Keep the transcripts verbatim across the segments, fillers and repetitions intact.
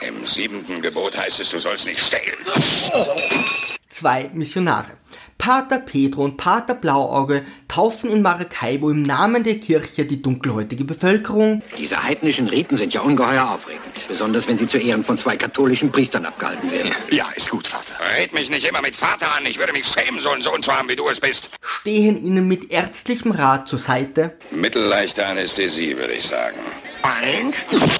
Im siebenten Gebot heißt es, du sollst nicht stehlen. Zwei Missionare. Pater Pedro und Pater Blauauge taufen in Maracaibo im Namen der Kirche die dunkelhäutige Bevölkerung. Diese heidnischen Riten sind ja ungeheuer aufregend. Besonders wenn sie zu Ehren von zwei katholischen Priestern abgehalten werden. Ja, ist gut, Vater. Red mich nicht immer mit Vater an. Ich würde mich schämen, so einen Sohn zu haben, wie du es bist. Stehen ihnen mit ärztlichem Rat zur Seite. Mittelleichte Anästhesie, würde ich sagen. Eins?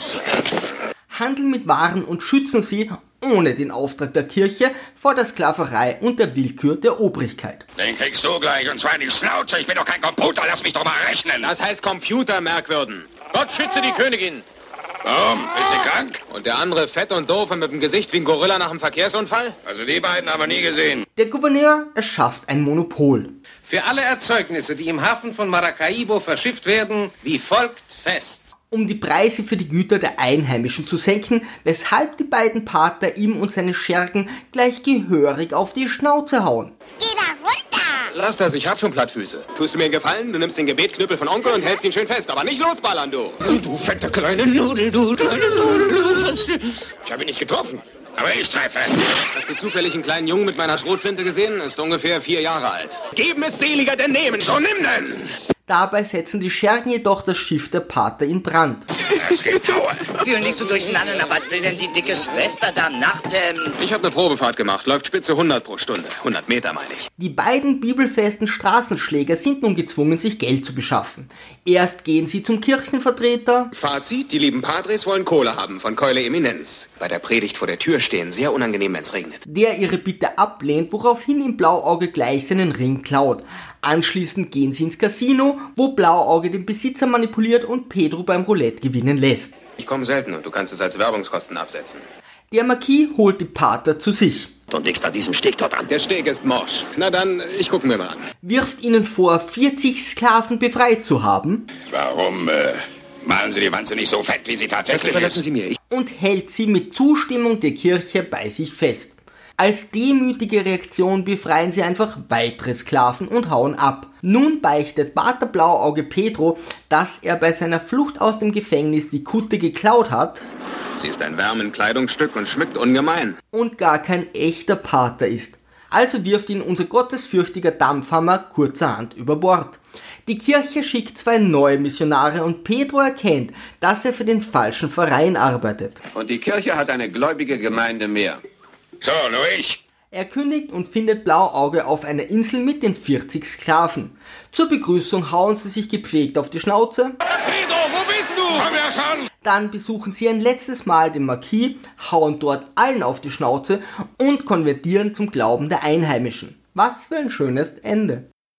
Handeln mit Waren und schützen sie, ohne den Auftrag der Kirche, vor der Sklaverei und der Willkür der Obrigkeit. Den kriegst du gleich, und zwar in die Schnauze. Ich bin doch kein Computer, lass mich doch mal rechnen. Das heißt Computermerkwürden. Gott schütze die Königin. Warum? Ist sie krank? Und der andere fett und doof und mit dem Gesicht wie ein Gorilla nach einem Verkehrsunfall? Also die beiden haben wir nie gesehen. Der Gouverneur erschafft ein Monopol. Für alle Erzeugnisse, die im Hafen von Maracaibo verschifft werden, wie folgt fest. Um die Preise für die Güter der Einheimischen zu senken, weshalb die beiden Pater ihm und seine Schergen gleich gehörig auf die Schnauze hauen. Geh da runter! Lass das, ich hab schon Plattfüße. Tust du mir einen Gefallen? Du nimmst den Gebetknüppel von Onkel und hältst ihn schön fest, aber nicht losballern, du! Du fette kleine Nudel, du kleine Nudel. Ich habe ihn nicht getroffen, aber ich treffe. Hast du zufällig einen kleinen Jungen mit meiner Schrotflinte gesehen? Ist ungefähr vier Jahre alt. Geben ist seliger denn nehmen, so nimm denn! Dabei setzen die Schergen jedoch das Schiff der Pater in Brand. Das geht Dauer. Wir nicht so durcheinander, na, was will denn die dicke Schwester da nachts? Ähm Ich habe eine Probefahrt gemacht, läuft Spitze hundert pro Stunde. hundert Meter meine ich. Die beiden bibelfesten Straßenschläger sind nun gezwungen, sich Geld zu beschaffen. Erst gehen sie zum Kirchenvertreter. Fazit, die lieben Padres wollen Kohle haben von Keule Eminenz. Bei der Predigt vor der Tür stehen, sehr unangenehm, wenn's regnet. Der ihre Bitte ablehnt, woraufhin ihm Blauauge gleich seinen Ring klaut. Anschließend gehen sie ins Casino, wo Blauauge den Besitzer manipuliert und Pedro beim Roulette gewinnen lässt. Ich komme selten und du kannst es als Werbungskosten absetzen. Der Marquis holt die Pater zu sich, und legst da diesen Steg dort an. Der Steg ist morsch. Na dann, ich gucke mir mal an. wirft ihnen vor, vierzig Sklaven befreit zu haben Warum, äh, malen Sie die Wanze nicht so fett, wie sie Das tatsächlich überlassen ist? Sie mir. Ich und hält sie mit Zustimmung der Kirche bei sich fest. Als demütige Reaktion befreien sie einfach weitere Sklaven und hauen ab. Nun beichtet Pater Blauauge Pedro, dass er bei seiner Flucht aus dem Gefängnis die Kutte geklaut hat Sie ist ein Wärmenkleidungsstück und schmeckt ungemein. und gar kein echter Pater ist. Also wirft ihn unser gottesfürchtiger Dampfhammer kurzerhand über Bord. Die Kirche schickt zwei neue Missionare und Pedro erkennt, dass er für den falschen Verein arbeitet. Und die Kirche hat eine gläubige Gemeinde mehr. So, nur ich. Er kündigt und findet Blauauge auf einer Insel mit den vierzig Sklaven. Zur Begrüßung hauen sie sich gepflegt auf die Schnauze. Pedro, wo bist du? Komm her schon. Dann besuchen sie ein letztes Mal den Marquis, hauen dort allen auf die Schnauze und konvertieren zum Glauben der Einheimischen. Was für ein schönes Ende.